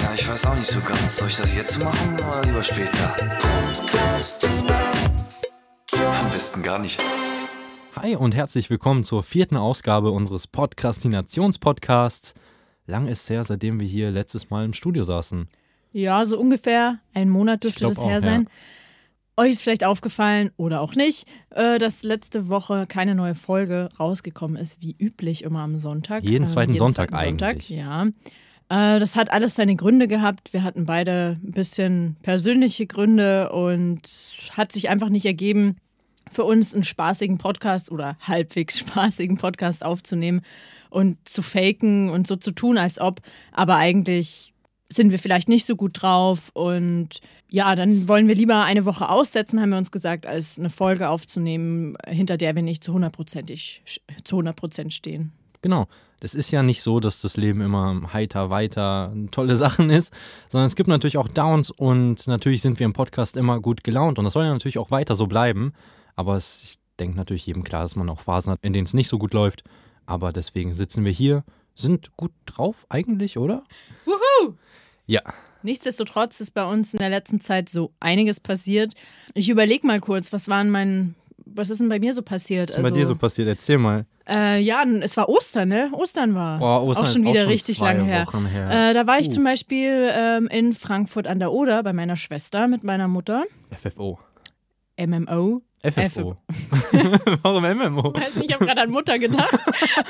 Ja, ich weiß auch nicht so ganz. Soll ich das jetzt machen oder lieber später? Am besten gar nicht. Hi und herzlich willkommen zur 4. Ausgabe unseres Podcastinations-Podcasts. Lang ist her, seitdem wir hier letztes Mal im Studio saßen. Ja, so ungefähr einen Monat dürfte das her sein. Ja. Euch ist vielleicht aufgefallen oder auch nicht, dass letzte Woche keine neue Folge rausgekommen ist, wie üblich immer am Sonntag. Jeden zweiten Sonntag eigentlich. Ja. Das hat alles seine Gründe gehabt. Wir hatten beide ein bisschen persönliche Gründe und hat sich einfach nicht ergeben, für uns einen spaßigen Podcast oder halbwegs spaßigen Podcast aufzunehmen und zu faken und so zu tun, als ob, aber eigentlich sind wir vielleicht nicht so gut drauf und ja, dann wollen wir lieber eine Woche aussetzen, haben wir uns gesagt, als eine Folge aufzunehmen, hinter der wir nicht zu 100% stehen. Genau. Das ist ja nicht so, dass das Leben immer heiter, weiter, tolle Sachen ist, sondern es gibt natürlich auch Downs und natürlich sind wir im Podcast immer gut gelaunt und das soll ja natürlich auch weiter so bleiben, aber ich denke natürlich jedem klar, dass man auch Phasen hat, in denen es nicht so gut läuft, aber deswegen sitzen wir hier, sind gut drauf eigentlich, oder? Wuhu! Ja. Nichtsdestotrotz ist bei uns in der letzten Zeit so einiges passiert. Ich überlege mal kurz, was ist denn bei mir so passiert? Was ist bei dir so passiert? Erzähl mal. Ja, es war Ostern, ne? Ostern war Ostern auch schon wieder schon richtig 2 lange her. Wochen her. Da war ich zum Beispiel in Frankfurt an der Oder bei meiner Schwester mit meiner Mutter. FFO. MMO. FFO. Warum MMO? Weiß nicht, ich habe gerade an Mutter gedacht.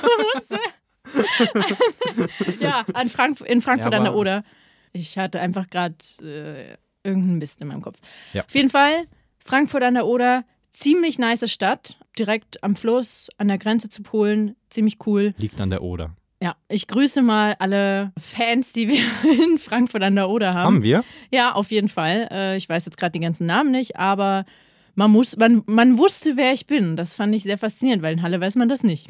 Ja, in Frankfurt an der Oder. Ich hatte einfach gerade irgendeinen Mist in meinem Kopf. Ja. Auf jeden Fall, Frankfurt an der Oder, ziemlich nice Stadt, direkt am Fluss, an der Grenze zu Polen, ziemlich cool. Liegt an der Oder. Ja, ich grüße mal alle Fans, die wir in Frankfurt an der Oder haben. Haben wir? Ja, auf jeden Fall. Ich weiß jetzt gerade die ganzen Namen nicht, aber man wusste, wer ich bin. Das fand ich sehr faszinierend, weil in Halle weiß man das nicht.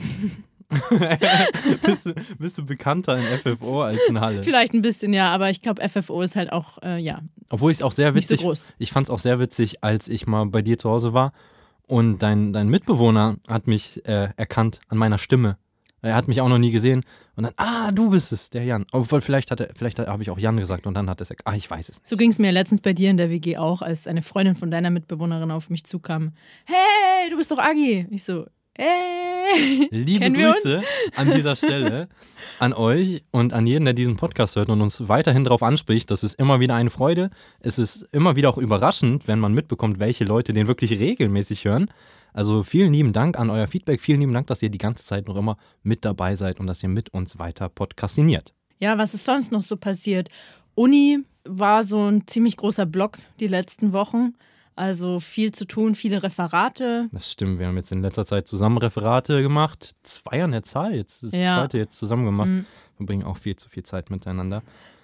Bist du bekannter in FFO als in Halle? Vielleicht ein bisschen, ja, aber ich glaube, FFO ist halt auch, ja. Obwohl ich es auch sehr witzig, nicht so groß. Ich fand es auch sehr witzig, als ich mal bei dir zu Hause war und dein Mitbewohner hat mich erkannt an meiner Stimme. Er hat mich auch noch nie gesehen und dann, du bist es, der Jan. Obwohl, vielleicht habe ich auch Jan gesagt und dann hat er gesagt, ich weiß es nicht. So ging es mir letztens bei dir in der WG auch, als eine Freundin von deiner Mitbewohnerin auf mich zukam. Hey, du bist doch Agi. Ich so, hey. Liebe Grüße an dieser Stelle an euch und an jeden, der diesen Podcast hört und uns weiterhin darauf anspricht. Das ist immer wieder eine Freude. Es ist immer wieder auch überraschend, wenn man mitbekommt, welche Leute den wirklich regelmäßig hören. Also vielen lieben Dank an euer Feedback. Vielen lieben Dank, dass ihr die ganze Zeit noch immer mit dabei seid und dass ihr mit uns weiter podcastiniert. Ja, was ist sonst noch so passiert? Uni war so ein ziemlich großer Block die letzten Wochen. Also viel zu tun, viele Referate. Das stimmt, wir haben jetzt in letzter Zeit zusammen Referate gemacht. 2 an der Zahl, jetzt ist das zweite jetzt zusammen gemacht. Wir verbringen auch viel zu viel Zeit miteinander.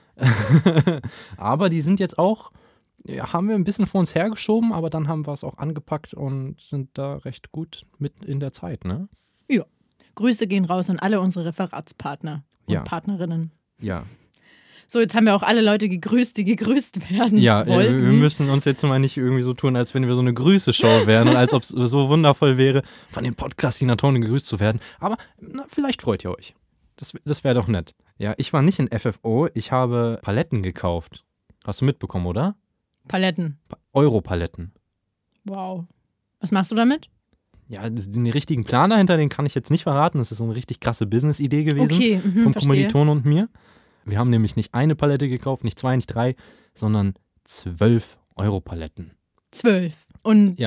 Aber die sind jetzt auch, haben wir ein bisschen vor uns hergeschoben, aber dann haben wir es auch angepackt und sind da recht gut mit in der Zeit, ne? Ja, Grüße gehen raus an alle unsere Referatspartner und Partnerinnen. Ja. So, jetzt haben wir auch alle Leute gegrüßt, die gegrüßt werden Ja, wollten. Wir müssen uns jetzt mal nicht irgendwie so tun, als wenn wir so eine Grüße-Show wären und als ob es so wundervoll wäre, von den Podcastinatoren gegrüßt zu werden. Aber vielleicht freut ihr euch. Das wäre doch nett. Ja, ich war nicht in FFO, ich habe Paletten gekauft. Hast du mitbekommen, oder? Paletten. Europaletten. Wow. Was machst du damit? Ja, den richtigen Plan dahinter, den kann ich jetzt nicht verraten. Das ist so eine richtig krasse Business-Idee gewesen vom Kommiliton und mir. Wir haben nämlich nicht eine Palette gekauft, nicht 2, nicht 3, sondern 12 Europaletten. 12. Und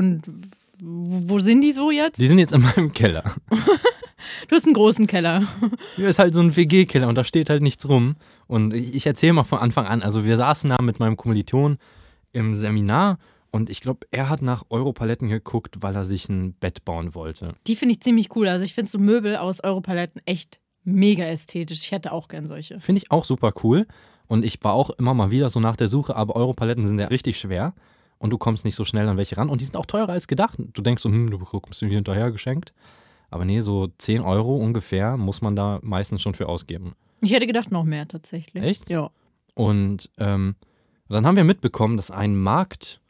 wo sind die so jetzt? Die sind jetzt in meinem Keller. Du hast einen großen Keller. Hier ist halt so ein WG-Keller und da steht halt nichts rum. Und ich erzähle mal von Anfang an. Also wir saßen da mit meinem Kommiliton im Seminar und ich glaube, er hat nach Europaletten geguckt, weil er sich ein Bett bauen wollte. Die finde ich ziemlich cool. Also ich finde so Möbel aus Europaletten echt mega ästhetisch. Ich hätte auch gern solche. Finde ich auch super cool. Und ich war auch immer mal wieder so nach der Suche, aber Europaletten sind ja richtig schwer. Und du kommst nicht so schnell an welche ran. Und die sind auch teurer als gedacht. Du denkst so, du bekommst du hier hinterher geschenkt. Aber nee, so 10 Euro ungefähr muss man da meistens schon für ausgeben. Ich hätte gedacht, noch mehr tatsächlich. Echt? Ja. Und dann haben wir mitbekommen, dass ein Markt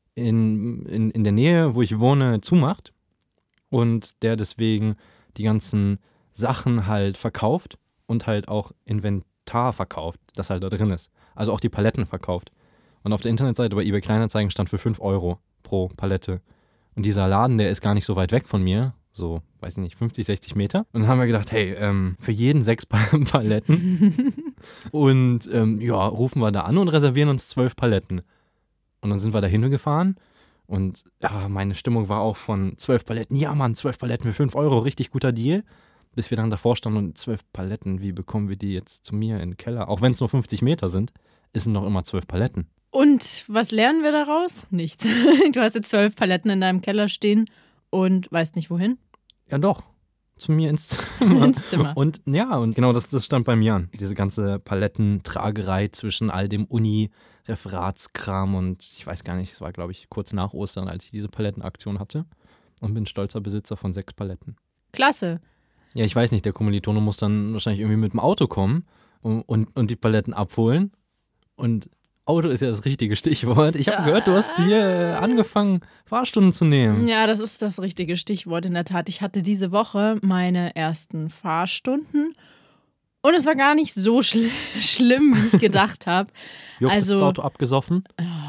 in der Nähe, wo ich wohne, zumacht. Und der deswegen die ganzen Sachen halt verkauft und halt auch Inventar verkauft, das halt da drin ist. Also auch die Paletten verkauft. Und auf der Internetseite bei eBay Kleinanzeigen stand für 5 Euro pro Palette. Und dieser Laden, der ist gar nicht so weit weg von mir, so, weiß ich nicht, 50, 60 Meter. Und dann haben wir gedacht, hey, für jeden 6 Paletten. Und rufen wir da an und reservieren uns 12 Paletten. Und dann sind wir da hingefahren. Und ja, meine Stimmung war auch von 12 Paletten. Ja, Mann, 12 Paletten für 5 Euro, richtig guter Deal. Bis wir dann davor standen und 12 Paletten, wie bekommen wir die jetzt zu mir in den Keller? Auch wenn es nur 50 Meter sind, ist es noch immer 12 Paletten. Und was lernen wir daraus? Nichts. Du hast jetzt 12 Paletten in deinem Keller stehen und weißt nicht wohin. Ja, doch. Zu mir ins Zimmer. Ins Zimmer. Und genau, das stand bei mir an. Diese ganze Palettentragerei zwischen all dem Uni-Referatskram und ich weiß gar nicht, es war, glaube ich, kurz nach Ostern, als ich diese Palettenaktion hatte und bin stolzer Besitzer von 6 Paletten. Klasse. Ja, ich weiß nicht, der Kommilitone muss dann wahrscheinlich irgendwie mit dem Auto kommen und die Paletten abholen. Und Auto ist ja das richtige Stichwort. Ich habe gehört, du hast hier angefangen, Fahrstunden zu nehmen. Ja, das ist das richtige Stichwort in der Tat. Ich hatte diese Woche meine ersten Fahrstunden und es war gar nicht so schlimm, wie ich gedacht habe. Wie oft ist das Auto abgesoffen?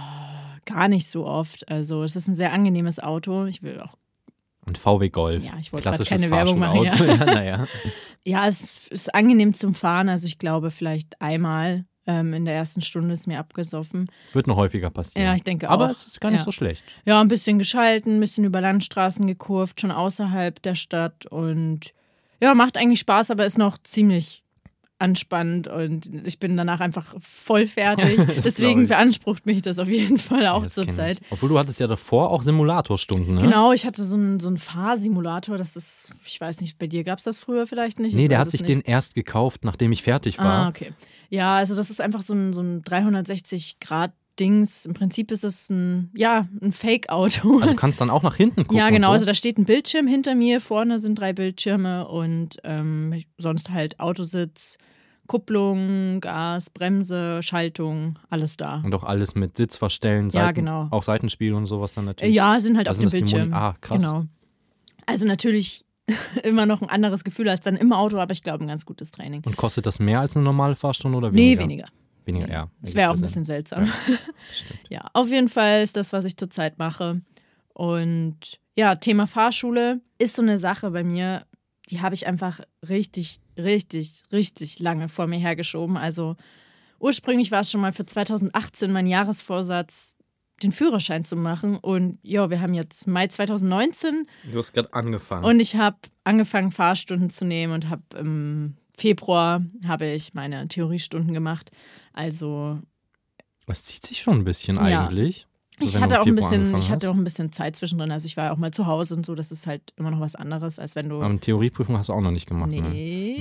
Gar nicht so oft. Also es ist ein sehr angenehmes Auto. Ich will auch. Und VW Golf. Ja, ich wollte gerade keine Werbung machen. Ja. Ja, es ist angenehm zum Fahren. Also ich glaube vielleicht einmal in der ersten Stunde ist mir abgesoffen. Wird noch häufiger passieren. Ja, ich denke auch. Aber es ist gar nicht so schlecht. Ja, ein bisschen geschalten, ein bisschen über Landstraßen gekurvt, schon außerhalb der Stadt. Und ja, macht eigentlich Spaß, aber ist noch ziemlich anspannend und ich bin danach einfach voll fertig. Deswegen beansprucht mich das auf jeden Fall auch zur Zeit. Obwohl du hattest ja davor auch Simulatorstunden, ne? Genau, ich hatte so einen Fahrsimulator, das ist, ich weiß nicht, bei dir gab es das früher vielleicht nicht? Nee, der hat sich den erst gekauft, nachdem ich fertig war. Ah, okay. Ja, also das ist einfach so ein 360-Grad-Dings. Im Prinzip ist es ein Fake-Auto. Also du kannst dann auch nach hinten gucken. Ja, genau. Und so. Also da steht ein Bildschirm hinter mir, vorne sind 3 Bildschirme und sonst halt Autositz, Kupplung, Gas, Bremse, Schaltung, alles da. Und auch alles mit Sitzverstellen, genau. Auch Seitenspiel und sowas dann natürlich. Ja, sind halt auf dem Bildschirm. Krass. Genau. Also natürlich immer noch ein anderes Gefühl als dann im Auto, aber ich glaube ein ganz gutes Training. Und kostet das mehr als eine normale Fahrstunde oder weniger? Nee, weniger. Weniger, ja. Das wäre auch ein bisschen seltsam. Ja, auf jeden Fall ist das, was ich zurzeit mache. Und ja, Thema Fahrschule ist so eine Sache bei mir, die habe ich einfach richtig, richtig, richtig lange vor mir hergeschoben. Also ursprünglich war es schon mal für 2018 mein Jahresvorsatz, den Führerschein zu machen. Und ja, wir haben jetzt Mai 2019. Du hast gerade angefangen. Und ich habe angefangen, Fahrstunden zu nehmen und habe im Februar habe ich meine Theoriestunden gemacht. Also. Das zieht sich schon ein bisschen eigentlich. So, ich hatte auch ein bisschen Zeit zwischendrin. Also ich war ja auch mal zu Hause und so. Das ist halt immer noch was anderes, als wenn du. Aber eine Theorieprüfung hast du auch noch nicht gemacht. Nee.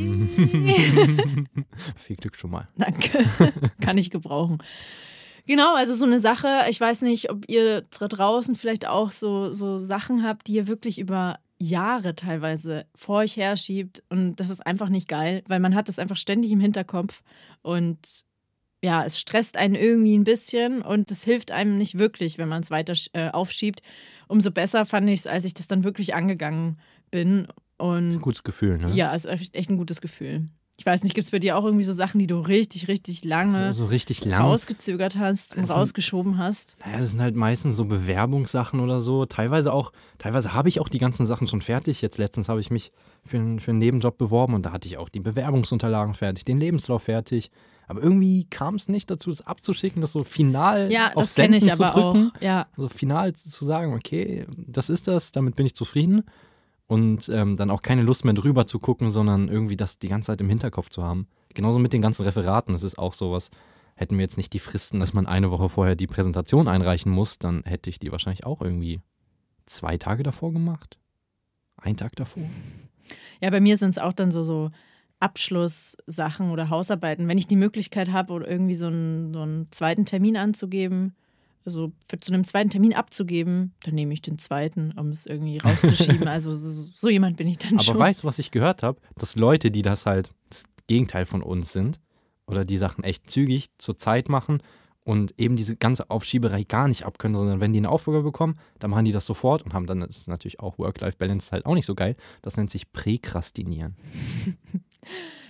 Ne? Viel Glück schon mal. Danke. Kann ich gebrauchen. Genau, also so eine Sache. Ich weiß nicht, ob ihr da draußen vielleicht auch so Sachen habt, die ihr wirklich über Jahre teilweise vor euch herschiebt. Und das ist einfach nicht geil, weil man hat das einfach ständig im Hinterkopf. Und ja, es stresst einen irgendwie ein bisschen und es hilft einem nicht wirklich, wenn man es weiter aufschiebt. Umso besser fand ich es, als ich das dann wirklich angegangen bin. Und ein gutes Gefühl, ne? Ja, es ist echt ein gutes Gefühl. Ich weiß nicht, gibt es bei dir auch irgendwie so Sachen, die du richtig, richtig lange rausgezögert hast und rausgeschoben hast? Naja, das sind halt meistens so Bewerbungssachen oder so. Teilweise habe ich auch die ganzen Sachen schon fertig. Jetzt letztens habe ich mich für einen Nebenjob beworben und da hatte ich auch die Bewerbungsunterlagen fertig, den Lebenslauf fertig. Aber irgendwie kam es nicht dazu, das abzuschicken, das so final auf Senden zu drücken. Ja. So final zu sagen, okay, das ist das, damit bin ich zufrieden. Und dann auch keine Lust mehr drüber zu gucken, sondern irgendwie das die ganze Zeit im Hinterkopf zu haben. Genauso mit den ganzen Referaten, das ist auch sowas. Hätten wir jetzt nicht die Fristen, dass man eine Woche vorher die Präsentation einreichen muss, dann hätte ich die wahrscheinlich auch irgendwie 2 Tage davor gemacht. 1 Tag davor. Ja, bei mir sind es auch dann so Abschlusssachen oder Hausarbeiten. Wenn ich die Möglichkeit habe, oder irgendwie so einen zweiten Termin anzugeben, also zu einem zweiten Termin abzugeben, dann nehme ich den zweiten, um es irgendwie rauszuschieben. Also so jemand bin ich dann schon. Aber weißt du, was ich gehört habe? Dass Leute, die das halt das Gegenteil von uns sind oder die Sachen echt zügig zur Zeit machen und eben diese ganze Aufschieberei gar nicht abkönnen, sondern wenn die eine Aufgabe bekommen, dann machen die das sofort und haben dann, das ist natürlich auch Work-Life-Balance halt auch nicht so geil, das nennt sich Präkrastinieren.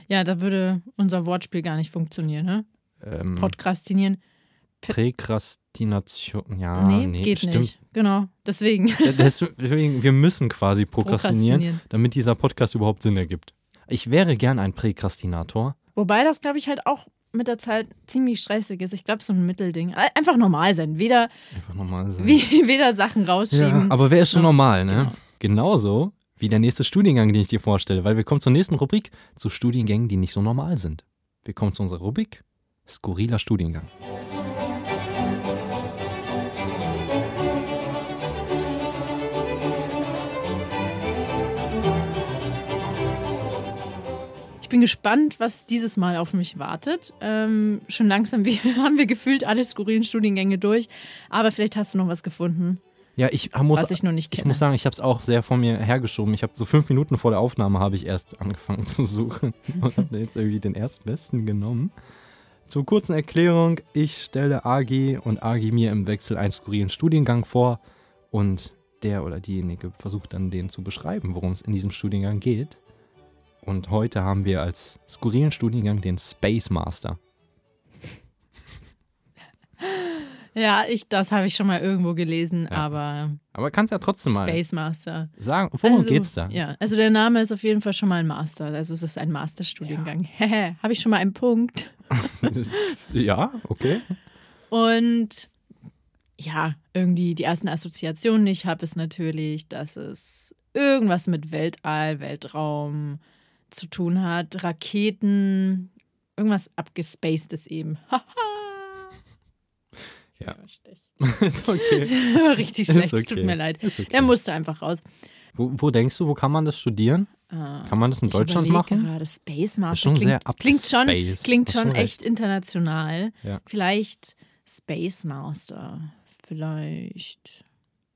Ja, da würde unser Wortspiel gar nicht funktionieren, ne? Podcastinieren. Präkrastination. Ja, nee, geht stimmt. nicht. Genau, deswegen. Deswegen, wir müssen quasi prokrastinieren, damit dieser Podcast überhaupt Sinn ergibt. Ich wäre gern ein Präkrastinator. Wobei das, glaube ich, halt auch mit der Zeit ziemlich stressig ist. Ich glaube, so ein Mittelding. Einfach normal sein. Weder Sachen rausschieben. Ja, aber wer ist schon normal, ne? Genau. Genauso wie der nächste Studiengang, den ich dir vorstelle. Weil wir kommen zur nächsten Rubrik, zu Studiengängen, die nicht so normal sind. Wir kommen zu unserer Rubrik Skurriler Studiengang. Ich bin gespannt, was dieses Mal auf mich wartet. Schon langsam haben wir gefühlt alle skurrilen Studiengänge durch. Aber vielleicht hast du noch was gefunden, Ja, was ich noch nicht kenne. Ich muss sagen, ich habe es auch sehr vor mir hergeschoben. Ich habe so 5 Minuten vor der Aufnahme habe ich erst angefangen zu suchen und habe jetzt irgendwie den erstbesten genommen. Zur kurzen Erklärung, ich stelle Agi und Agi mir im Wechsel einen skurrilen Studiengang vor und der oder diejenige versucht dann den zu beschreiben, worum es in diesem Studiengang geht. Und heute haben wir als skurrilen Studiengang den Space Master. Ja, das habe ich schon mal irgendwo gelesen, Ja. aber kannst ja trotzdem mal Space Master. sagen, worum geht's da? Ja, also der Name ist auf jeden Fall schon mal ein Master. Also es ist ein Masterstudiengang. Habe ich schon mal einen Punkt. Ja, okay. Und ja, irgendwie die ersten Assoziationen, die ich habe, ist natürlich, dass es irgendwas mit Weltall, Weltraum zu tun hat. Raketen, irgendwas abgespacedes eben. Ja. Schlecht. Ist okay. Richtig schlecht, Ist es tut okay. mir leid. Ist okay. Der musste einfach raus. Wo denkst du, wo kann man das studieren? Kann man das in Deutschland ich machen? Gerade Space Master Ist schon sehr klingt schon abgespaced. Hast schon echt international. Ja. Vielleicht Space Master. Vielleicht.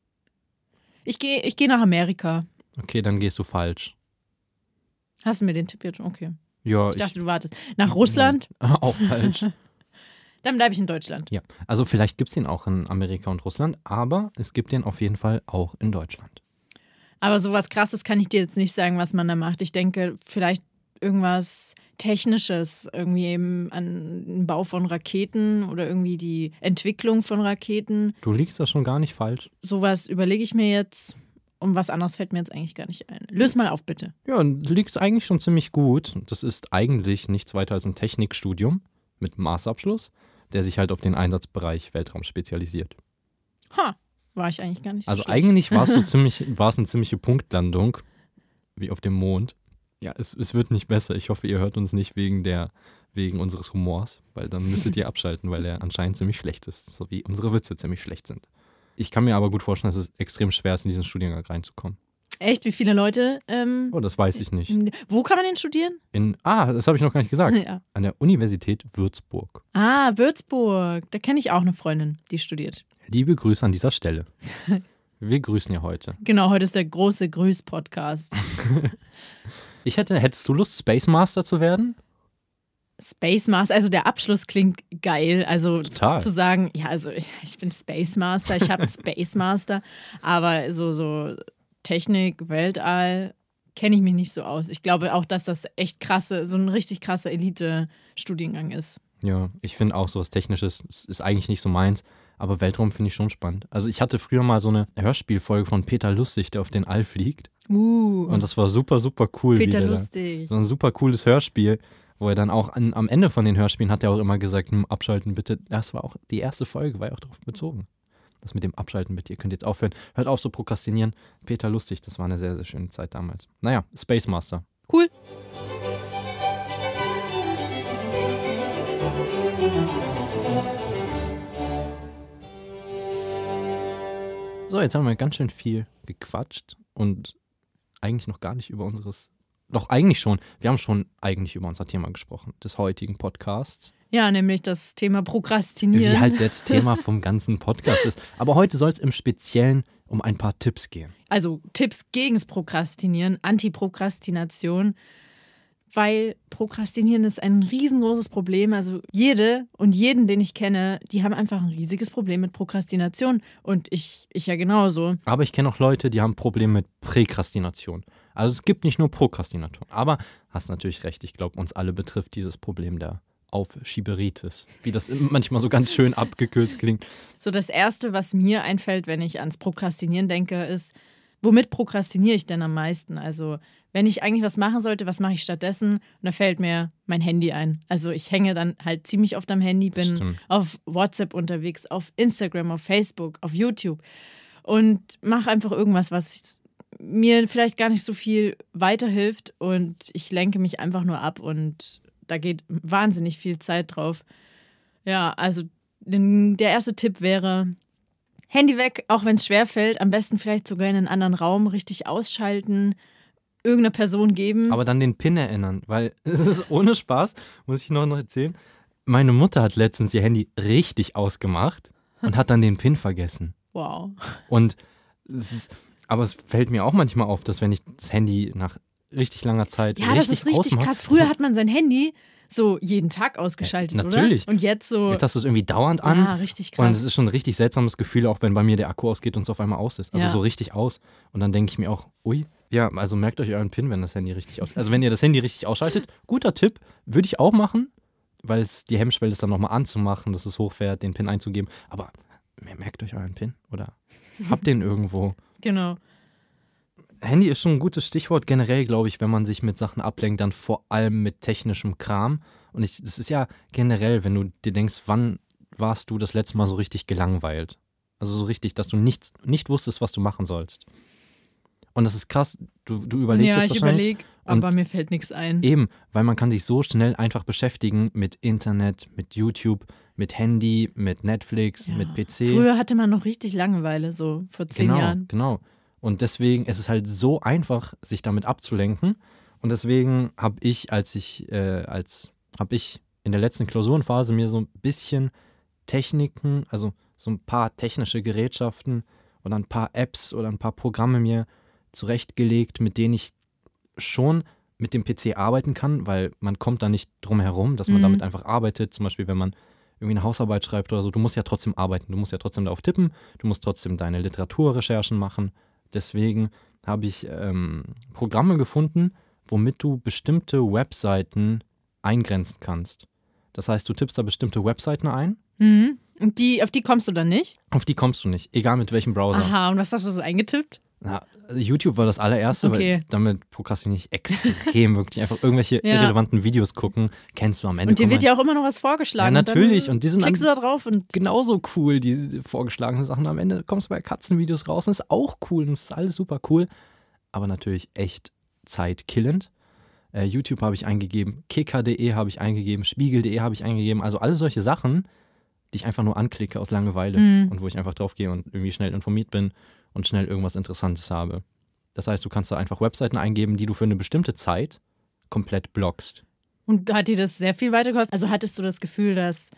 Ich geh nach Amerika. Okay, dann gehst du falsch. Hast du mir den Tipp jetzt schon? Okay. Ja, Ich dachte, du wartest. Nach Russland? auch falsch. Dann bleibe ich in Deutschland. Ja, also vielleicht gibt es den auch in Amerika und Russland, aber es gibt den auf jeden Fall auch in Deutschland. Aber sowas Krasses kann ich dir jetzt nicht sagen, was man da macht. Ich denke, vielleicht irgendwas Technisches, irgendwie eben an den Bau von Raketen oder irgendwie die Entwicklung von Raketen. Du liegst da schon gar nicht falsch. Sowas überlege ich mir jetzt. Um was anderes fällt mir jetzt eigentlich gar nicht ein. Löse mal auf, bitte. Ja, du liegst eigentlich schon ziemlich gut. Das ist eigentlich nichts weiter als ein Technikstudium mit Masterabschluss, der sich halt auf den Einsatzbereich Weltraum spezialisiert. War ich eigentlich gar nicht so Also schlecht. eigentlich war es eine ziemliche Punktlandung, wie auf dem Mond. Ja, es wird nicht besser. Ich hoffe, ihr hört uns nicht wegen unseres Humors, weil dann müsstet ihr abschalten, weil er anscheinend ziemlich schlecht ist, so wie unsere Witze ziemlich schlecht sind. Ich kann mir aber gut vorstellen, dass es extrem schwer ist, in diesen Studiengang reinzukommen. Echt? Wie viele Leute? Oh, das weiß ich nicht. Wo kann man den studieren? Das habe ich noch gar nicht gesagt. Ja. An der Universität Würzburg. Würzburg. Da kenne ich auch eine Freundin, die studiert. Liebe Grüße an dieser Stelle. Wir grüßen ja heute. Genau, heute ist der große Grüß-Podcast. Hättest du Lust, Space Master zu werden? Space Master, also der Abschluss klingt geil. Also Total. zu sagen, ja, also ich bin Space Master, ich habe einen Space Master, aber so Technik, Weltall kenne ich mich nicht so aus. Ich glaube auch, dass das echt so ein richtig krasser Elite-Studiengang ist. Ja, ich finde auch so was Technisches ist eigentlich nicht so meins, aber Weltraum finde ich schon spannend. Also ich hatte früher mal so eine Hörspielfolge von Peter Lustig, der auf den All fliegt. Und das war super, super cool. Peter Lustig. So ein super cooles Hörspiel, wo er dann auch am Ende von den Hörspielen hat er auch immer gesagt, abschalten bitte. Das war auch die erste Folge, war ja auch darauf bezogen. Das mit dem Abschalten bitte, ihr könnt jetzt aufhören. Hört auf so prokrastinieren. Peter Lustig, das war eine sehr, sehr schöne Zeit damals. Naja, Space Master. Cool. So, jetzt haben wir ganz schön viel gequatscht und eigentlich noch gar nicht über doch eigentlich schon. Wir haben schon eigentlich über unser Thema gesprochen, des heutigen Podcasts. Ja, nämlich das Thema Prokrastinieren. Wie halt das Thema vom ganzen Podcast ist. Aber heute soll es im Speziellen um ein paar Tipps gehen. Also Tipps gegens Prokrastinieren, Antiprokrastination. weil Prokrastinieren ist ein riesengroßes Problem. Also jede und jeden, den ich kenne, die haben einfach ein riesiges Problem mit Prokrastination. Und ich ja genauso. Aber ich kenne auch Leute, die haben Probleme mit Präkrastination. Also es gibt nicht nur Prokrastination. Aber hast natürlich recht, ich glaube, uns alle betrifft dieses Problem der Aufschieberitis. Wie das manchmal so ganz schön abgekürzt klingt. So das Erste, was mir einfällt, wenn ich ans Prokrastinieren denke, ist, womit prokrastiniere ich denn am meisten? Also wenn ich eigentlich was machen sollte, was mache ich stattdessen? Und da fällt mir mein Handy ein. Also ich hänge dann halt ziemlich oft am Handy, bin auf WhatsApp unterwegs, auf Instagram, auf Facebook, auf YouTube und mache einfach irgendwas, was mir vielleicht gar nicht so viel weiterhilft und ich lenke mich einfach nur ab und da geht wahnsinnig viel Zeit drauf. Ja, also der erste Tipp wäre, Handy weg, auch wenn es schwerfällt, am besten vielleicht sogar in einen anderen Raum richtig ausschalten, irgendeiner Person geben. Aber dann den PIN erinnern, weil es ist ohne Spaß, muss ich noch erzählen. Meine Mutter hat letztens ihr Handy richtig ausgemacht und hat dann den PIN vergessen. Wow. Und aber es fällt mir auch manchmal auf, dass wenn ich das Handy nach richtig langer Zeit ja, das ist richtig krass. Früher hat man sein Handy so jeden Tag ausgeschaltet, natürlich. Oder? Und jetzt so. Jetzt hast du es irgendwie dauernd an. Ja, richtig krass. Und es ist schon ein richtig seltsames Gefühl, auch wenn bei mir der Akku ausgeht und es auf einmal aus ist. Also ja. so richtig aus. Und dann denke ich mir auch, ui. Ja, also merkt euch euren PIN, wenn das Handy richtig aus. Also wenn ihr das Handy richtig ausschaltet, guter Tipp, würde ich auch machen, weil es die Hemmschwelle ist, dann nochmal anzumachen, dass es hochfährt, den PIN einzugeben. Aber merkt euch euren PIN oder habt den irgendwo. Genau. Handy ist schon ein gutes Stichwort generell, glaube ich, wenn man sich mit Sachen ablenkt, dann vor allem mit technischem Kram. Und das ist ja generell, wenn du dir denkst, wann warst du das letzte Mal so richtig gelangweilt? Also so richtig, dass du nicht wusstest, was du machen sollst. Und das ist krass, du überlegst das wahrscheinlich. Ja, ich überlege, aber mir fällt nichts ein. Eben, weil man kann sich so schnell einfach beschäftigen mit Internet, mit YouTube, mit Handy, mit Netflix, mit PC. Früher hatte man noch richtig Langeweile, so vor 10 Jahren. Genau. Und deswegen ist es halt so einfach, sich damit abzulenken. Und deswegen habe ich in der letzten Klausurenphase mir so ein bisschen Techniken, also so ein paar technische Gerätschaften oder ein paar Apps oder ein paar Programme mir zurechtgelegt, mit denen ich schon mit dem PC arbeiten kann, weil man kommt da nicht drum herum, dass man damit einfach arbeitet. Zum Beispiel, wenn man irgendwie eine Hausarbeit schreibt oder so, du musst ja trotzdem arbeiten, du musst ja trotzdem darauf tippen, du musst trotzdem deine Literaturrecherchen machen. Deswegen habe ich Programme gefunden, womit du bestimmte Webseiten eingrenzen kannst. Das heißt, du tippst da bestimmte Webseiten ein. Mhm. Und auf die kommst du dann nicht? Auf die kommst du nicht, egal mit welchem Browser. Aha, und was hast du so eingetippt? Na, YouTube war das allererste, weil damit prokrastiniere ich extrem, wirklich einfach irgendwelche irrelevanten Videos gucken, kennst du am Ende. Und dir wird ja auch immer noch was vorgeschlagen. Ja, natürlich. Und die sind klickst du da drauf und genauso cool, die vorgeschlagenen Sachen. Am Ende kommst du bei Katzenvideos raus und ist auch cool und ist alles super cool, aber natürlich echt zeitkillend. YouTube habe ich eingegeben, kicker.de habe ich eingegeben, spiegel.de habe ich eingegeben, also alle solche Sachen, die ich einfach nur anklicke aus Langeweile und wo ich einfach drauf gehe und irgendwie schnell informiert bin und schnell irgendwas Interessantes habe. Das heißt, du kannst da einfach Webseiten eingeben, die du für eine bestimmte Zeit komplett blockst. Und hat dir das sehr viel weitergeholfen? Also hattest du das Gefühl, dass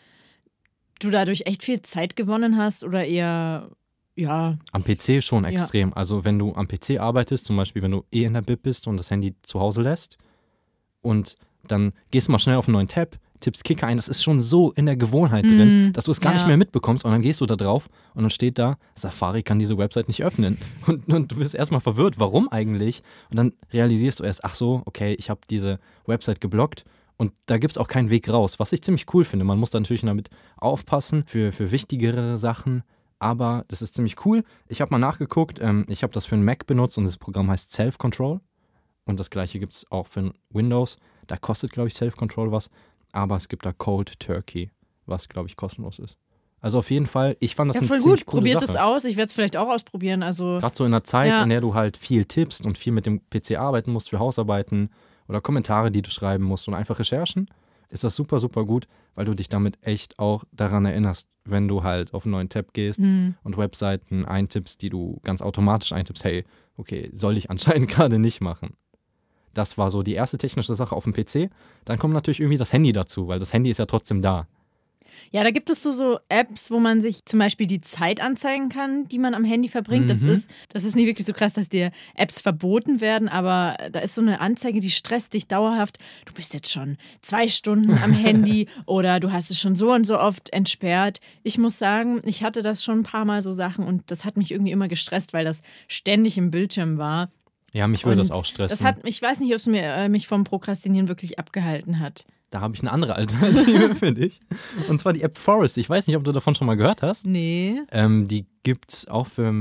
du dadurch echt viel Zeit gewonnen hast oder eher, ja? Am PC schon extrem. Ja. Also wenn du am PC arbeitest, zum Beispiel wenn du in der Bib bist und das Handy zu Hause lässt und dann gehst du mal schnell auf einen neuen Tab, tippst Kicker ein, das ist schon so in der Gewohnheit drin, dass du es gar nicht mehr mitbekommst und dann gehst du da drauf und dann steht da, Safari kann diese Website nicht öffnen und du bist erstmal verwirrt, warum eigentlich? Und dann realisierst du erst, ach so, okay, ich habe diese Website geblockt und da gibt es auch keinen Weg raus, was ich ziemlich cool finde. Man muss da natürlich damit aufpassen für wichtigere Sachen, aber das ist ziemlich cool. Ich habe mal nachgeguckt, ich habe das für einen Mac benutzt und das Programm heißt Self-Control und das gleiche gibt es auch für Windows. Da kostet, glaube ich, Self-Control was. Aber es gibt da Cold Turkey, was, glaube ich, kostenlos ist. Also auf jeden Fall, ich fand das eine ziemlich coole Sache. Probiert es aus, ich werde es vielleicht auch ausprobieren. Also gerade so in einer Zeit, in der du halt viel tippst und viel mit dem PC arbeiten musst für Hausarbeiten oder Kommentare, die du schreiben musst und einfach Recherchen, ist das super, super gut, weil du dich damit echt auch daran erinnerst, wenn du halt auf einen neuen Tab gehst und Webseiten eintippst, die du ganz automatisch eintippst, hey, okay, soll ich anscheinend gerade nicht machen. Das war so die erste technische Sache auf dem PC. Dann kommt natürlich irgendwie das Handy dazu, weil das Handy ist ja trotzdem da. Ja, da gibt es so Apps, wo man sich zum Beispiel die Zeit anzeigen kann, die man am Handy verbringt. Das ist nicht wirklich so krass, dass dir Apps verboten werden, aber da ist so eine Anzeige, die stresst dich dauerhaft. Du bist jetzt schon 2 Stunden am Handy oder du hast es schon so und so oft entsperrt. Ich muss sagen, ich hatte das schon ein paar Mal so Sachen und das hat mich irgendwie immer gestresst, weil das ständig im Bildschirm war. Ja, mich würde das auch stressen. Ich weiß nicht, ob es mich vom Prokrastinieren wirklich abgehalten hat. Da habe ich eine andere Alternative für dich. Und zwar die App Forest. Ich weiß nicht, ob du davon schon mal gehört hast. Nee. Die gibt es auch für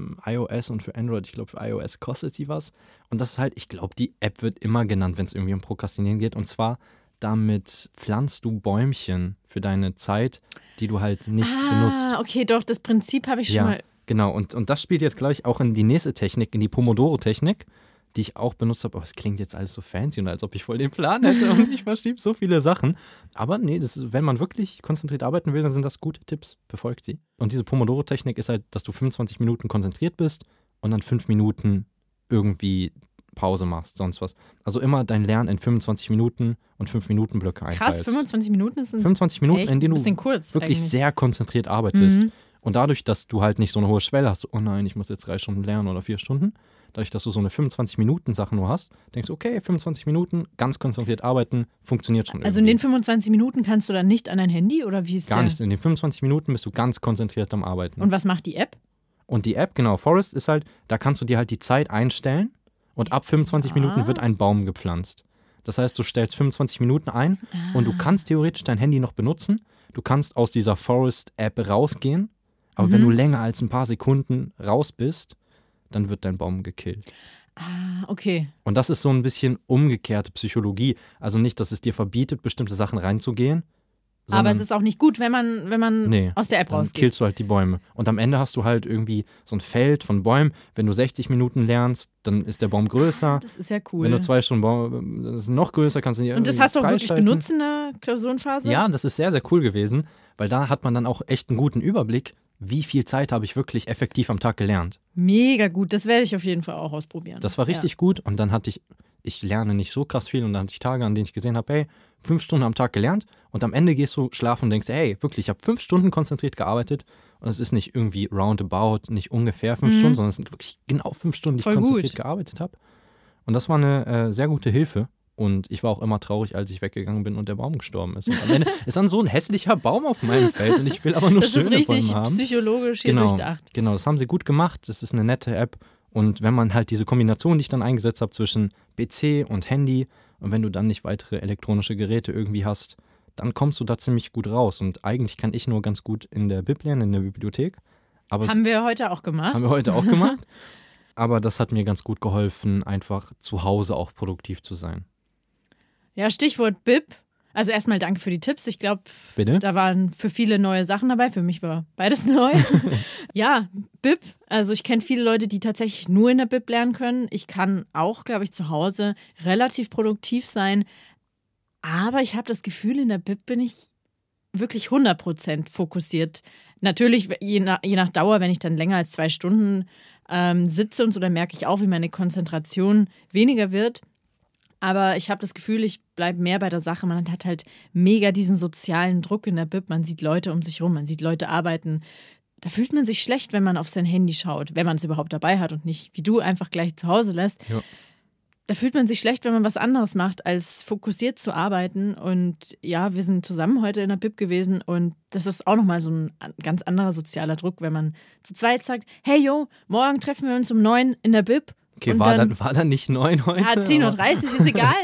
iOS und für Android. Ich glaube, für iOS kostet sie was. Und das ist halt, ich glaube, die App wird immer genannt, wenn es irgendwie um Prokrastinieren geht. Und zwar, damit pflanzt du Bäumchen für deine Zeit, die du halt nicht benutzt. Ah, okay, doch, das Prinzip habe ich schon mal. Genau. Und das spielt jetzt, glaube ich, auch in die nächste Technik, in die Pomodoro-Technik, die ich auch benutzt habe. Aber es klingt jetzt alles so fancy und als ob ich voll den Plan hätte und ich verschiebe so viele Sachen. Aber nee, das ist, wenn man wirklich konzentriert arbeiten will, dann sind das gute Tipps. Befolgt sie. Und diese Pomodoro-Technik ist halt, dass du 25 Minuten konzentriert bist und dann 5 Minuten irgendwie Pause machst, sonst was. Also immer dein Lernen in 25 Minuten und 5 Minuten Blöcke einteilst. Krass, 25 Minuten ist 25 Minuten, in denen du kurz wirklich eigentlich. sehr konzentriert arbeitest. Und dadurch, dass du halt nicht so eine hohe Schwelle hast, oh nein, ich muss jetzt 3 Stunden lernen oder 4 Stunden, dadurch, dass du so eine 25-Minuten-Sache nur hast, denkst du, okay, 25 Minuten, ganz konzentriert arbeiten, funktioniert schon irgendwie. Also in den 25 Minuten kannst du dann nicht an dein Handy oder wie ist Gar nicht. In den 25 Minuten bist du ganz konzentriert am Arbeiten. Und was macht die App? Und die App, genau, Forest ist halt, da kannst du dir halt die Zeit einstellen und ab 25 Minuten wird ein Baum gepflanzt. Das heißt, du stellst 25 Minuten ein und du kannst theoretisch dein Handy noch benutzen. Du kannst aus dieser Forest-App rausgehen, aber wenn du länger als ein paar Sekunden raus bist, dann wird dein Baum gekillt. Ah, okay. Und das ist so ein bisschen umgekehrte Psychologie. Also nicht, dass es dir verbietet, bestimmte Sachen reinzugehen. Aber es ist auch nicht gut, wenn man aus der App dann rausgeht. killst du halt die Bäume. Und am Ende hast du halt irgendwie so ein Feld von Bäumen. Wenn du 60 Minuten lernst, dann ist der Baum größer. Das ist ja cool. Wenn du 2 Stunden das ist noch größer, kannst du ihn Und das hast du auch wirklich freischalten. benutzt in der Klausurenphase? Ja, das ist sehr, sehr cool gewesen, weil da hat man dann auch echt einen guten Überblick, wie viel Zeit habe ich wirklich effektiv am Tag gelernt. Mega gut, das werde ich auf jeden Fall auch ausprobieren. Das war richtig gut und dann hatte ich lerne nicht so krass viel und dann hatte ich Tage, an denen ich gesehen habe, hey, 5 Stunden am Tag gelernt und am Ende gehst du schlafen und denkst, hey, wirklich, ich habe 5 Stunden konzentriert gearbeitet und es ist nicht irgendwie roundabout, nicht ungefähr 5 Stunden, sondern es sind wirklich genau 5 Stunden, die ich konzentriert gearbeitet habe. Und das war eine sehr gute Hilfe. Und ich war auch immer traurig, als ich weggegangen bin und der Baum gestorben ist. Und am Ende ist dann so ein hässlicher Baum auf meinem Feld und ich will aber nur das schöne ist von richtig ihm haben. psychologisch hier durchdacht. Genau, das haben sie gut gemacht. Das ist eine nette App. Und wenn man halt diese Kombination, die ich dann eingesetzt habe zwischen PC und Handy und wenn du dann nicht weitere elektronische Geräte irgendwie hast, dann kommst du da ziemlich gut raus. Und eigentlich kann ich nur ganz gut in der Bib lernen, in der Bibliothek. Aber haben wir heute auch gemacht. Haben wir heute auch gemacht. Aber das hat mir ganz gut geholfen, einfach zu Hause auch produktiv zu sein. Ja, Stichwort Bib. Also erstmal danke für die Tipps. Ich glaube, Bitte? da waren für viele neue Sachen dabei. Für mich war beides neu. Ja, Bib. Also ich kenne viele Leute, die tatsächlich nur in der Bib lernen können. Ich kann auch, glaube ich, zu Hause relativ produktiv sein. Aber ich habe das Gefühl, in der Bib bin ich wirklich 100% fokussiert. Natürlich, je nach Dauer, wenn ich dann länger als 2 Stunden sitze und so, dann merke ich auch, wie meine Konzentration weniger wird. Aber ich habe das Gefühl, ich bleibe mehr bei der Sache. Man hat halt mega diesen sozialen Druck in der Bib. Man sieht Leute um sich rum, man sieht Leute arbeiten. Da fühlt man sich schlecht, wenn man auf sein Handy schaut, wenn man es überhaupt dabei hat und nicht, wie du, einfach gleich zu Hause lässt. Ja. Da fühlt man sich schlecht, wenn man was anderes macht, als fokussiert zu arbeiten. Und ja, wir sind zusammen heute in der Bib gewesen und das ist auch nochmal so ein ganz anderer sozialer Druck, wenn man zu zweit sagt, hey yo, morgen treffen wir uns um 9 in der Bib. Okay, war dann nicht 9 heute? Ja, 10.30 Uhr, ist egal.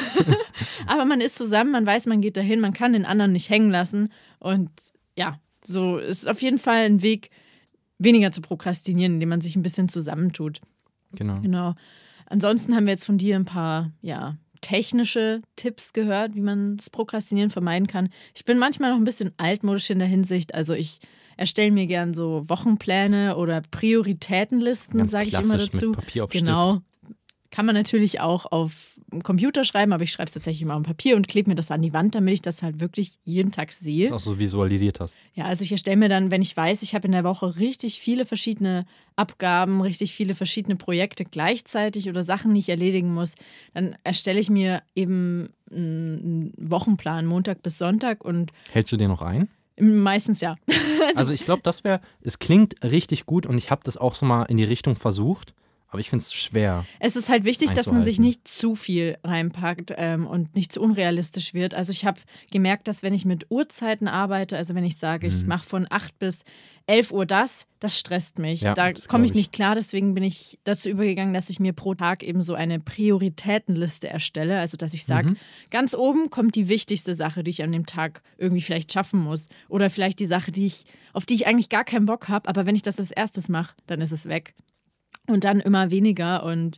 Aber man ist zusammen, man weiß, man geht dahin, man kann den anderen nicht hängen lassen. Und ja, so ist auf jeden Fall ein Weg, weniger zu prokrastinieren, indem man sich ein bisschen zusammentut. Genau. Ansonsten haben wir jetzt von dir ein paar, technische Tipps gehört, wie man das Prokrastinieren vermeiden kann. Ich bin manchmal noch ein bisschen altmodisch in der Hinsicht. Also ich erstelle mir gern so Wochenpläne oder Prioritätenlisten, sage ich immer dazu. Mit Papier auf Genau. Stift. Kann man natürlich auch auf dem Computer schreiben, aber ich schreibe es tatsächlich immer auf Papier und klebe mir das an die Wand, damit ich das halt wirklich jeden Tag sehe. Dass du auch so visualisiert hast. Ja, also ich erstelle mir dann, wenn ich weiß, ich habe in der Woche richtig viele verschiedene Abgaben, richtig viele verschiedene Projekte gleichzeitig oder Sachen, die ich erledigen muss, dann erstelle ich mir eben einen Wochenplan, Montag bis Sonntag. Und hältst du den noch ein? Meistens ja. Also ich glaube, es klingt richtig gut und ich habe das auch so mal in die Richtung versucht, aber ich finde es schwer. Es ist halt wichtig, dass man sich einzuhalten. nicht zu viel reinpackt und nicht zu unrealistisch wird. Also ich habe gemerkt, dass wenn ich mit Uhrzeiten arbeite, also wenn ich sage, ich mache von 8 bis 11 Uhr das stresst mich. Ja, Da das komme ich glaub ich. nicht klar, deswegen bin ich dazu übergegangen, dass ich mir pro Tag eben so eine Prioritätenliste erstelle. Also dass ich sage, ganz oben kommt die wichtigste Sache, die ich an dem Tag irgendwie vielleicht schaffen muss. Oder vielleicht die Sache, auf die ich eigentlich gar keinen Bock habe, aber wenn ich das als erstes mache, dann ist es weg. Und dann immer weniger und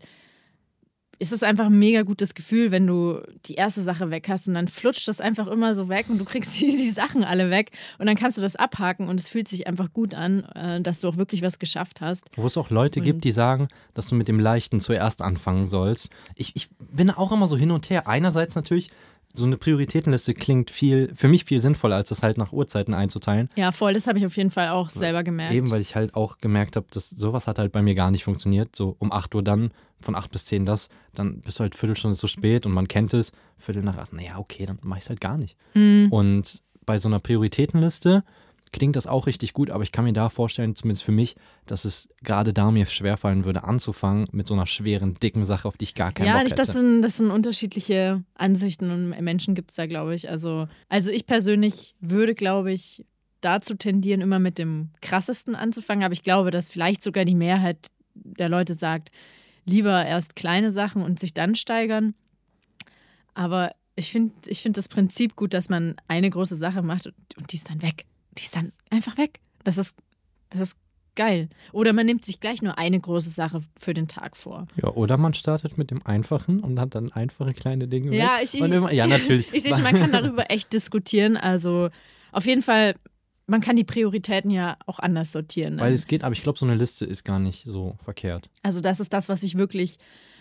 es ist einfach ein mega gutes Gefühl, wenn du die erste Sache weg hast und dann flutscht das einfach immer so weg und du kriegst die Sachen alle weg und dann kannst du das abhaken und es fühlt sich einfach gut an, dass du auch wirklich was geschafft hast. Wo es auch Leute gibt, die sagen, dass du mit dem Leichten zuerst anfangen sollst. Ich bin auch immer so hin und her. Einerseits natürlich, so eine Prioritätenliste klingt für mich viel sinnvoller, als das halt nach Uhrzeiten einzuteilen. Ja, voll, das habe ich auf jeden Fall auch selber gemerkt. Eben, weil ich halt auch gemerkt habe, dass sowas hat halt bei mir gar nicht funktioniert. So um 8 Uhr dann, von 8 bis 10 das, dann bist du halt Viertelstunde zu spät und man kennt es. Viertel nach 8, naja, okay, dann mache ich es halt gar nicht. Und bei so einer Prioritätenliste klingt das auch richtig gut, aber ich kann mir da vorstellen, zumindest für mich, dass es gerade da mir schwerfallen würde, anzufangen mit so einer schweren, dicken Sache, auf die ich gar keinen Bock hätte. Das sind unterschiedliche Ansichten und Menschen gibt es da, glaube ich. Also ich persönlich würde, glaube ich, dazu tendieren, immer mit dem Krassesten anzufangen, aber ich glaube, dass vielleicht sogar die Mehrheit der Leute sagt, lieber erst kleine Sachen und sich dann steigern. Aber ich finde das Prinzip gut, dass man eine große Sache macht und die ist dann weg. Die ist dann einfach weg. Das ist geil. Oder man nimmt sich gleich nur eine große Sache für den Tag vor. Ja, oder man startet mit dem Einfachen und hat dann einfache kleine Dinge Ja, weg. Ja, natürlich. Ich sehe schon, man kann darüber echt diskutieren. Also auf jeden Fall, man kann die Prioritäten ja auch anders sortieren. Ne? Weil es geht, aber ich glaube, so eine Liste ist gar nicht so verkehrt. Also das ist das, was ich wirklich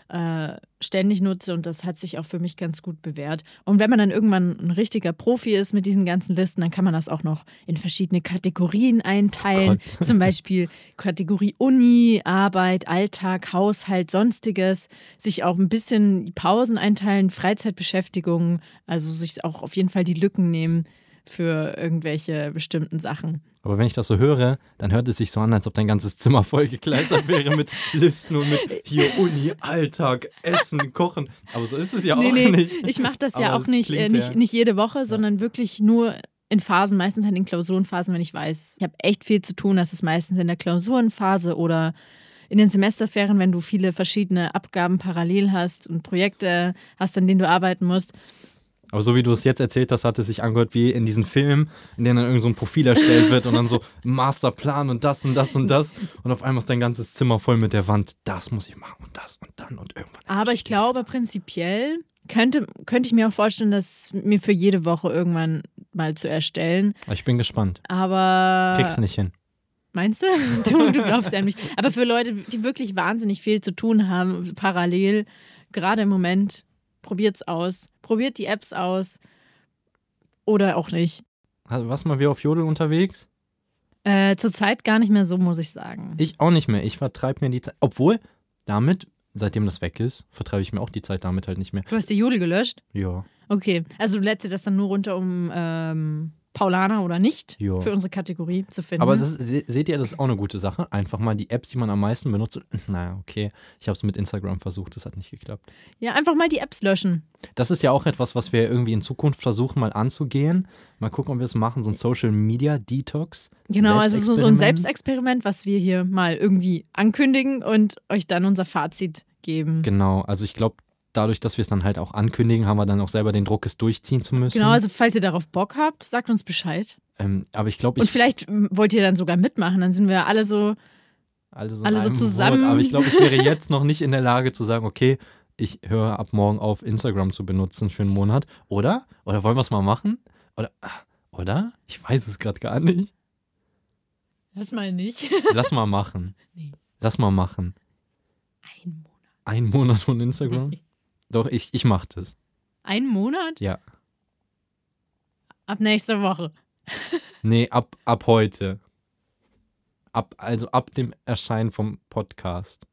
ständig nutze und das hat sich auch für mich ganz gut bewährt. Und wenn man dann irgendwann ein richtiger Profi ist mit diesen ganzen Listen, dann kann man das auch noch in verschiedene Kategorien einteilen. Oh Zum Beispiel Kategorie Uni, Arbeit, Alltag, Haushalt, Sonstiges. Sich auch ein bisschen die Pausen einteilen, Freizeitbeschäftigungen, also sich auch auf jeden Fall die Lücken nehmen für irgendwelche bestimmten Sachen. Aber wenn ich das so höre, dann hört es sich so an, als ob dein ganzes Zimmer vollgekleistert wäre mit Listen und mit hier Uni, Alltag, Essen, Kochen. Aber so ist es ja auch nicht. Ich mache das ja Aber auch es nicht klingt nicht jede Woche, sondern wirklich nur in Phasen, meistens halt in Klausurenphasen, wenn ich weiß, ich habe echt viel zu tun. Das ist meistens in der Klausurenphase oder in den Semesterferien, wenn du viele verschiedene Abgaben parallel hast und Projekte hast, an denen du arbeiten musst. Aber so wie du es jetzt erzählt hast, hat es sich angehört wie in diesen Filmen, in denen dann irgend so ein Profil erstellt wird und dann so Masterplan und das und das und das. Und auf einmal ist dein ganzes Zimmer voll mit der Wand. Das muss ich machen und das und dann und irgendwann. Aber ich glaube, prinzipiell könnte ich mir auch vorstellen, das mir für jede Woche irgendwann mal zu erstellen. Ich bin gespannt. Aber Kriegst du nicht hin. meinst du? Du glaubst ja an mich. Aber für Leute, die wirklich wahnsinnig viel zu tun haben, parallel, gerade im Moment, probiert's aus. Probiert die Apps aus. Oder auch nicht. Also, was mal wir auf Jodel unterwegs? Zurzeit gar nicht mehr so, muss ich sagen. Ich auch nicht mehr. Ich vertreibe mir die Zeit. Obwohl, damit, seitdem das weg ist, vertreibe ich mir auch die Zeit damit halt nicht mehr. Du hast die Jodel gelöscht? Ja. Okay, also du lädst dir das dann nur runter, um Paulaner oder nicht Ja. für unsere Kategorie zu finden. Aber seht ihr, das ist auch eine gute Sache. Einfach mal die Apps, die man am meisten benutzt. Naja, okay. Ich habe es mit Instagram versucht, das hat nicht geklappt. Ja, einfach mal die Apps löschen. Das ist ja auch etwas, was wir irgendwie in Zukunft versuchen mal anzugehen. Mal gucken, ob wir es machen, so ein Social Media Detox. Genau, also so ein Selbstexperiment, was wir hier mal irgendwie ankündigen und euch dann unser Fazit geben. Genau, also ich glaube, dadurch, dass wir es dann halt auch ankündigen, haben wir dann auch selber den Druck, es durchziehen zu müssen. Genau, also falls ihr darauf Bock habt, sagt uns Bescheid. Aber ich glaube, Und vielleicht wollt ihr dann sogar mitmachen, dann sind wir alle so zusammen. Aber ich glaube, ich wäre jetzt noch nicht in der Lage zu sagen, okay, ich höre ab morgen auf, Instagram zu benutzen für einen Monat. Oder? Oder wollen wir es mal machen? Oder? Ich weiß es gerade gar nicht. Lass mal nicht. Lass mal machen. Nee. Lass mal machen. Ein Monat. Ein Monat von Instagram? Nee. Doch, ich mach das. Ein Monat? Ja. Ab nächster Woche. Nee, ab heute. Also ab dem Erscheinen vom Podcast.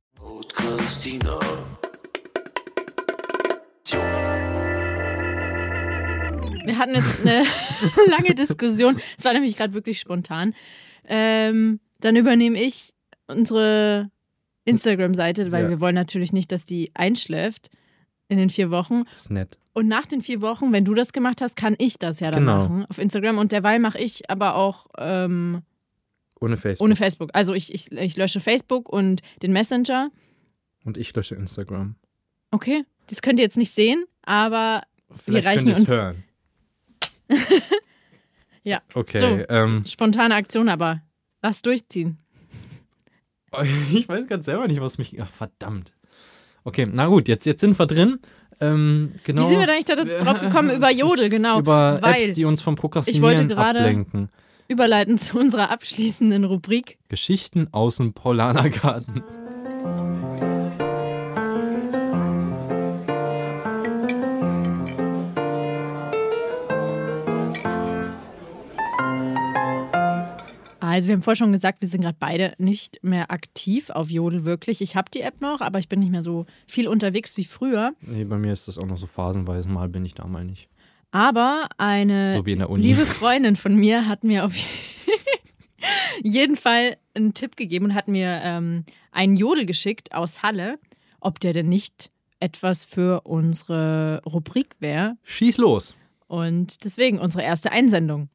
Wir hatten jetzt eine lange Diskussion. Es war nämlich gerade wirklich spontan. Dann übernehme ich unsere Instagram-Seite, weil wir wollen natürlich nicht, dass die einschläft in den 4 Wochen. Das ist nett. Und nach den 4 Wochen, wenn du das gemacht hast, kann ich das ja dann machen auf Instagram. Und derweil mache ich aber auch ohne Facebook. Ohne Facebook. Also ich lösche Facebook und den Messenger. Und ich lösche Instagram. Okay, das könnt ihr jetzt nicht sehen, aber Vielleicht wir reichen könnt uns. hören. Ja. Okay. So, spontane Aktion, aber lass durchziehen. Ich weiß gerade selber nicht, was mich. Ach, verdammt. Okay, na gut, jetzt sind wir drin. Genau. Wie sind wir da nicht drauf gekommen? Über Jodel, genau. Über weil Apps, die uns vom ich Prokrastinieren wollte gerade ablenken. überleiten zu unserer abschließenden Rubrik. Geschichten aus dem Paulanergarten. Also wir haben vorher schon gesagt, wir sind gerade beide nicht mehr aktiv auf Jodel wirklich. Ich habe die App noch, aber ich bin nicht mehr so viel unterwegs wie früher. Nee, bei mir ist das auch noch so phasenweise. Mal bin ich da, mal nicht. Aber eine So wie in der Uni. liebe Freundin von mir hat mir auf jeden Fall einen Tipp gegeben und hat mir einen Jodel geschickt aus Halle, ob der denn nicht etwas für unsere Rubrik wäre. Schieß los. Und deswegen unsere erste Einsendung.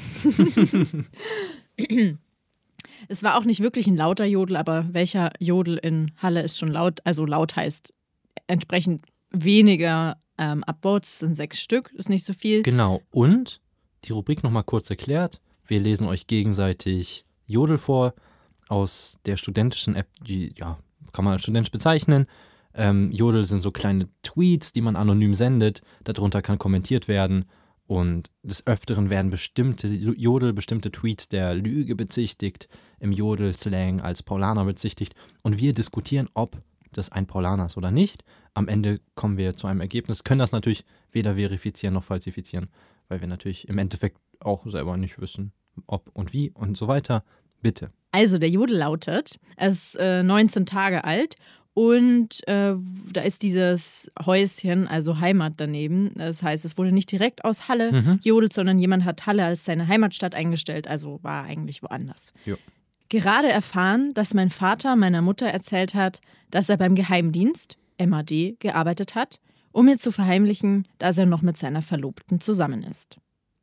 Es war auch nicht wirklich ein lauter Jodel, aber welcher Jodel in Halle ist schon laut? Also laut heißt entsprechend weniger Upvotes, sind 6 Stück, ist nicht so viel. Genau. Und die Rubrik nochmal kurz erklärt. Wir lesen euch gegenseitig Jodel vor aus der studentischen App, die, ja, kann man als studentisch bezeichnen. Jodel sind so kleine Tweets, die man anonym sendet. Darunter kann kommentiert werden. Und des Öfteren werden bestimmte Tweets der Lüge bezichtigt, im Jodel-Slang als Paulaner bezichtigt. Und wir diskutieren, ob das ein Paulaner ist oder nicht. Am Ende kommen wir zu einem Ergebnis, können das natürlich weder verifizieren noch falsifizieren, weil wir natürlich im Endeffekt auch selber nicht wissen, ob und wie und so weiter. Bitte. Also der Jodel lautet, er ist 19 Tage alt. Und da ist dieses Häuschen, also Heimat daneben. Das heißt, es wurde nicht direkt aus Halle gejodelt, sondern jemand hat Halle als seine Heimatstadt eingestellt, also war eigentlich woanders. Jo. Gerade erfahren, dass mein Vater meiner Mutter erzählt hat, dass er beim Geheimdienst, MAD, gearbeitet hat, um mir zu verheimlichen, dass er noch mit seiner Verlobten zusammen ist.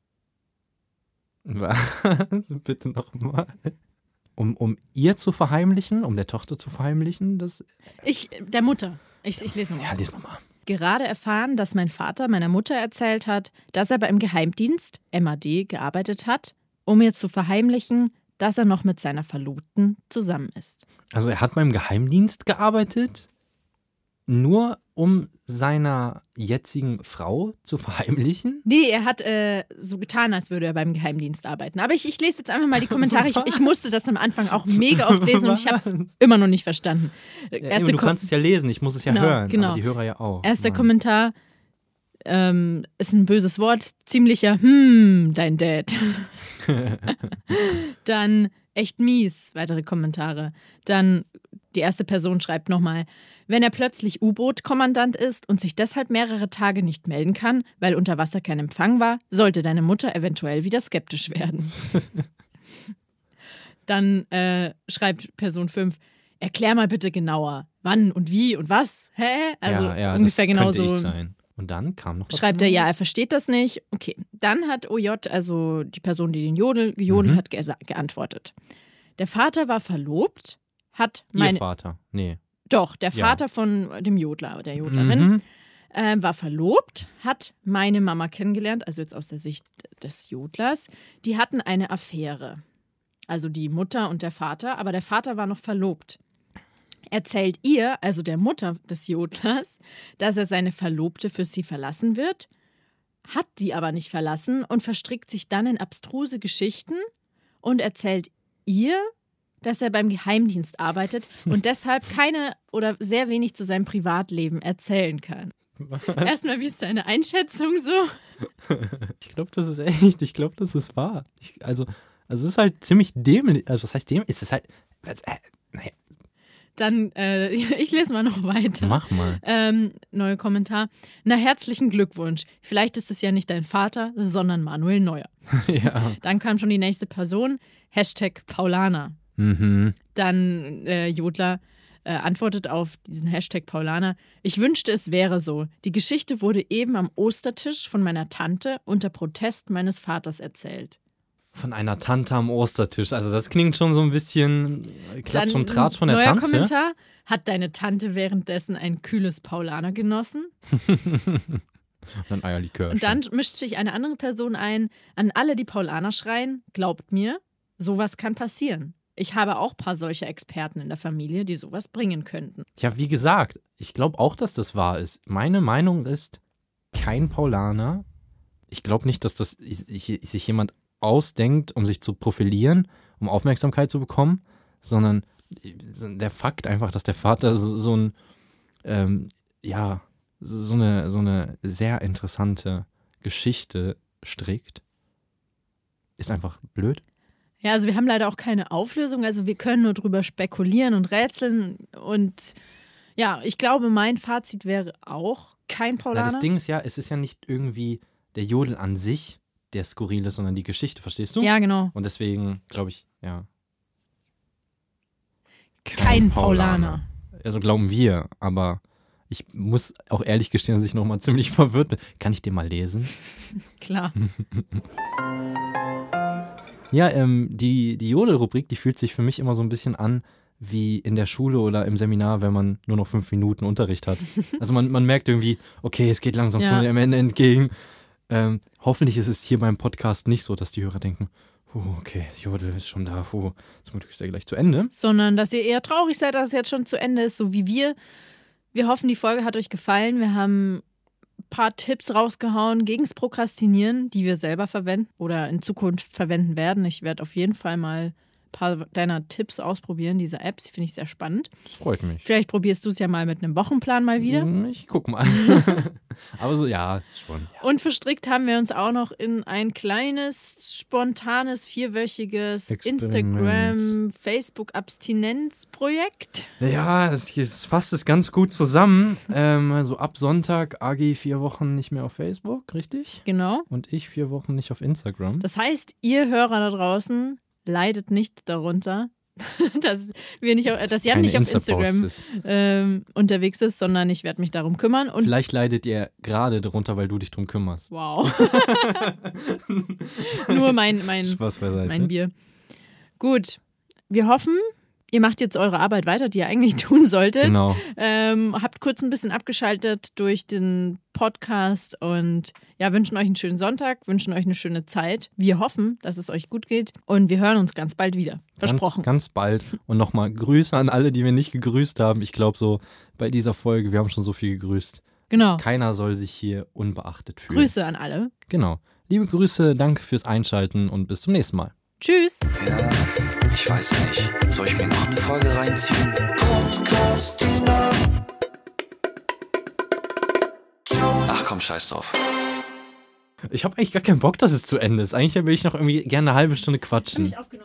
Was? Bitte nochmal. Um ihr zu verheimlichen, um der Tochter zu verheimlichen, das... Der Mutter. Ich lese nochmal. Ja, lies nochmal. Gerade erfahren, dass mein Vater meiner Mutter erzählt hat, dass er beim Geheimdienst, MAD, gearbeitet hat, um mir zu verheimlichen, dass er noch mit seiner Verlobten zusammen ist. Also er hat beim Geheimdienst gearbeitet, nur um seiner jetzigen Frau zu verheimlichen? Nee, er hat so getan, als würde er beim Geheimdienst arbeiten. Aber ich lese jetzt einfach mal die Kommentare. Ich musste das am Anfang auch mega oft lesen und ich habe es immer noch nicht verstanden. Ja, du kannst es ja lesen, ich muss es ja hören, genau. aber die Hörer ja auch. Erster Kommentar ist ein böses Wort, ziemlicher dein Dad. Dann echt mies, weitere Kommentare. Dann die erste Person schreibt nochmal, wenn er plötzlich U-Boot-Kommandant ist und sich deshalb mehrere Tage nicht melden kann, weil unter Wasser kein Empfang war, sollte deine Mutter eventuell wieder skeptisch werden. Dann schreibt Person 5, erklär mal bitte genauer, wann und wie und was, hä? Also ja, ungefähr das genauso. Könnte ich sein. Und dann kam noch was Schreibt er, ja, er anderes? versteht das nicht. Okay, dann hat OJ, also die Person, die den gejodelt hat, geantwortet. Der Vater war verlobt, hat Ihr Vater? Nee. Doch, der Ja. Vater von dem Jodler, der Jodlerin, war verlobt, hat meine Mama kennengelernt, also jetzt aus der Sicht des Jodlers. Die hatten eine Affäre. Also die Mutter und der Vater, aber der Vater war noch verlobt. Erzählt ihr, also der Mutter des Jodlers, dass er seine Verlobte für sie verlassen wird, hat die aber nicht verlassen und verstrickt sich dann in abstruse Geschichten und erzählt ihr, dass er beim Geheimdienst arbeitet und deshalb keine oder sehr wenig zu seinem Privatleben erzählen kann. Erstmal, wie ist deine Einschätzung so? Ich glaube, das ist echt. Ich glaube, das ist wahr. Also es ist halt ziemlich dämlich. Also was heißt dämlich? Es ist halt... naja. Dann, ich lese mal noch weiter. Mach mal. Neuer Kommentar. Na, herzlichen Glückwunsch. Vielleicht ist es ja nicht dein Vater, sondern Manuel Neuer. Ja. Dann kam schon die nächste Person. #Paulaner. Mhm. Dann Jodler antwortet auf diesen #Paulaner. Ich wünschte, es wäre so. Die Geschichte wurde eben am Ostertisch von meiner Tante unter Protest meines Vaters erzählt. Von einer Tante am Ostertisch. Also das klingt schon so ein bisschen Klatsch und Tratsch von der neuer Tante. Kommentar. Hat deine Tante währenddessen ein kühles Paulaner genossen? Und ein Eierlikör. Und dann mischt sich eine andere Person ein. An alle, die Paulaner schreien, glaubt mir, sowas kann passieren. Ich habe auch ein paar solcher Experten in der Familie, die sowas bringen könnten. Ja, wie gesagt, ich glaube auch, dass das wahr ist. Meine Meinung ist, kein Paulaner. Ich glaube nicht, dass das sich jemand ausdenkt, um sich zu profilieren, um Aufmerksamkeit zu bekommen, sondern der Fakt einfach, dass der Vater so eine sehr interessante Geschichte strickt, ist einfach blöd. Ja, also wir haben leider auch keine Auflösung, also wir können nur drüber spekulieren und rätseln und ja, ich glaube, mein Fazit wäre auch kein Paulaner. Das Ding ist ja, es ist ja nicht irgendwie der Jodel an sich, der skurril ist, sondern die Geschichte, verstehst du? Ja, genau. Und deswegen glaube ich, ja. Kein Paulaner. Also glauben wir, aber ich muss auch ehrlich gestehen, dass ich nochmal ziemlich verwirrt bin. Kann ich den mal lesen? Klar. Ja, die Jodel-Rubrik, die fühlt sich für mich immer so ein bisschen an wie in der Schule oder im Seminar, wenn man nur noch 5 Minuten Unterricht hat. Also man merkt irgendwie, okay, es geht langsam zum Ende entgegen. Hoffentlich ist es hier beim Podcast nicht so, dass die Hörer denken, okay, Jodel ist schon da, zum Glück ist er gleich zu Ende. Sondern, dass ihr eher traurig seid, dass es jetzt schon zu Ende ist, so wie wir. Wir hoffen, die Folge hat euch gefallen. Wir haben ein paar Tipps rausgehauen gegens Prokrastinieren, die wir selber verwenden oder in Zukunft verwenden werden. Ich werde auf jeden Fall mal ein paar deiner Tipps ausprobieren, diese Apps. Die finde ich sehr spannend. Das freut mich. Vielleicht probierst du es ja mal mit einem Wochenplan mal wieder. Ich guck mal. Aber so, ja, schon. Ja. Und verstrickt haben wir uns auch noch in ein kleines, spontanes, 4-wöchiges Instagram-Facebook-Abstinenzprojekt. Ja, das fasst es ganz gut zusammen. Also ab Sonntag, Agi 4 Wochen nicht mehr auf Facebook, richtig? Genau. Und ich 4 Wochen nicht auf Instagram. Das heißt, ihr Hörer da draußen leidet nicht darunter, dass Jan nicht auf Instagram unterwegs ist, sondern ich werde mich darum kümmern. Und vielleicht leidet ihr gerade darunter, weil du dich drum kümmerst. Wow. Nur mein Spaß beiseite. Mein Bier. Gut, wir hoffen, ihr macht jetzt eure Arbeit weiter, die ihr eigentlich tun solltet. Genau. Habt kurz ein bisschen abgeschaltet durch den Podcast und ja, wünschen euch einen schönen Sonntag, wünschen euch eine schöne Zeit. Wir hoffen, dass es euch gut geht und wir hören uns ganz bald wieder. Versprochen. Ganz bald. Und nochmal Grüße an alle, die wir nicht gegrüßt haben. Ich glaube so bei dieser Folge, wir haben schon so viel gegrüßt. Genau. Keiner soll sich hier unbeachtet fühlen. Grüße an alle. Genau. Liebe Grüße, danke fürs Einschalten und bis zum nächsten Mal. Tschüss. Ja, ich weiß nicht. Soll ich mir noch eine Folge reinziehen? Podcastina. Ach komm, scheiß drauf. Ich habe eigentlich gar keinen Bock, dass es zu Ende ist. Eigentlich will ich noch irgendwie gerne eine halbe Stunde quatschen.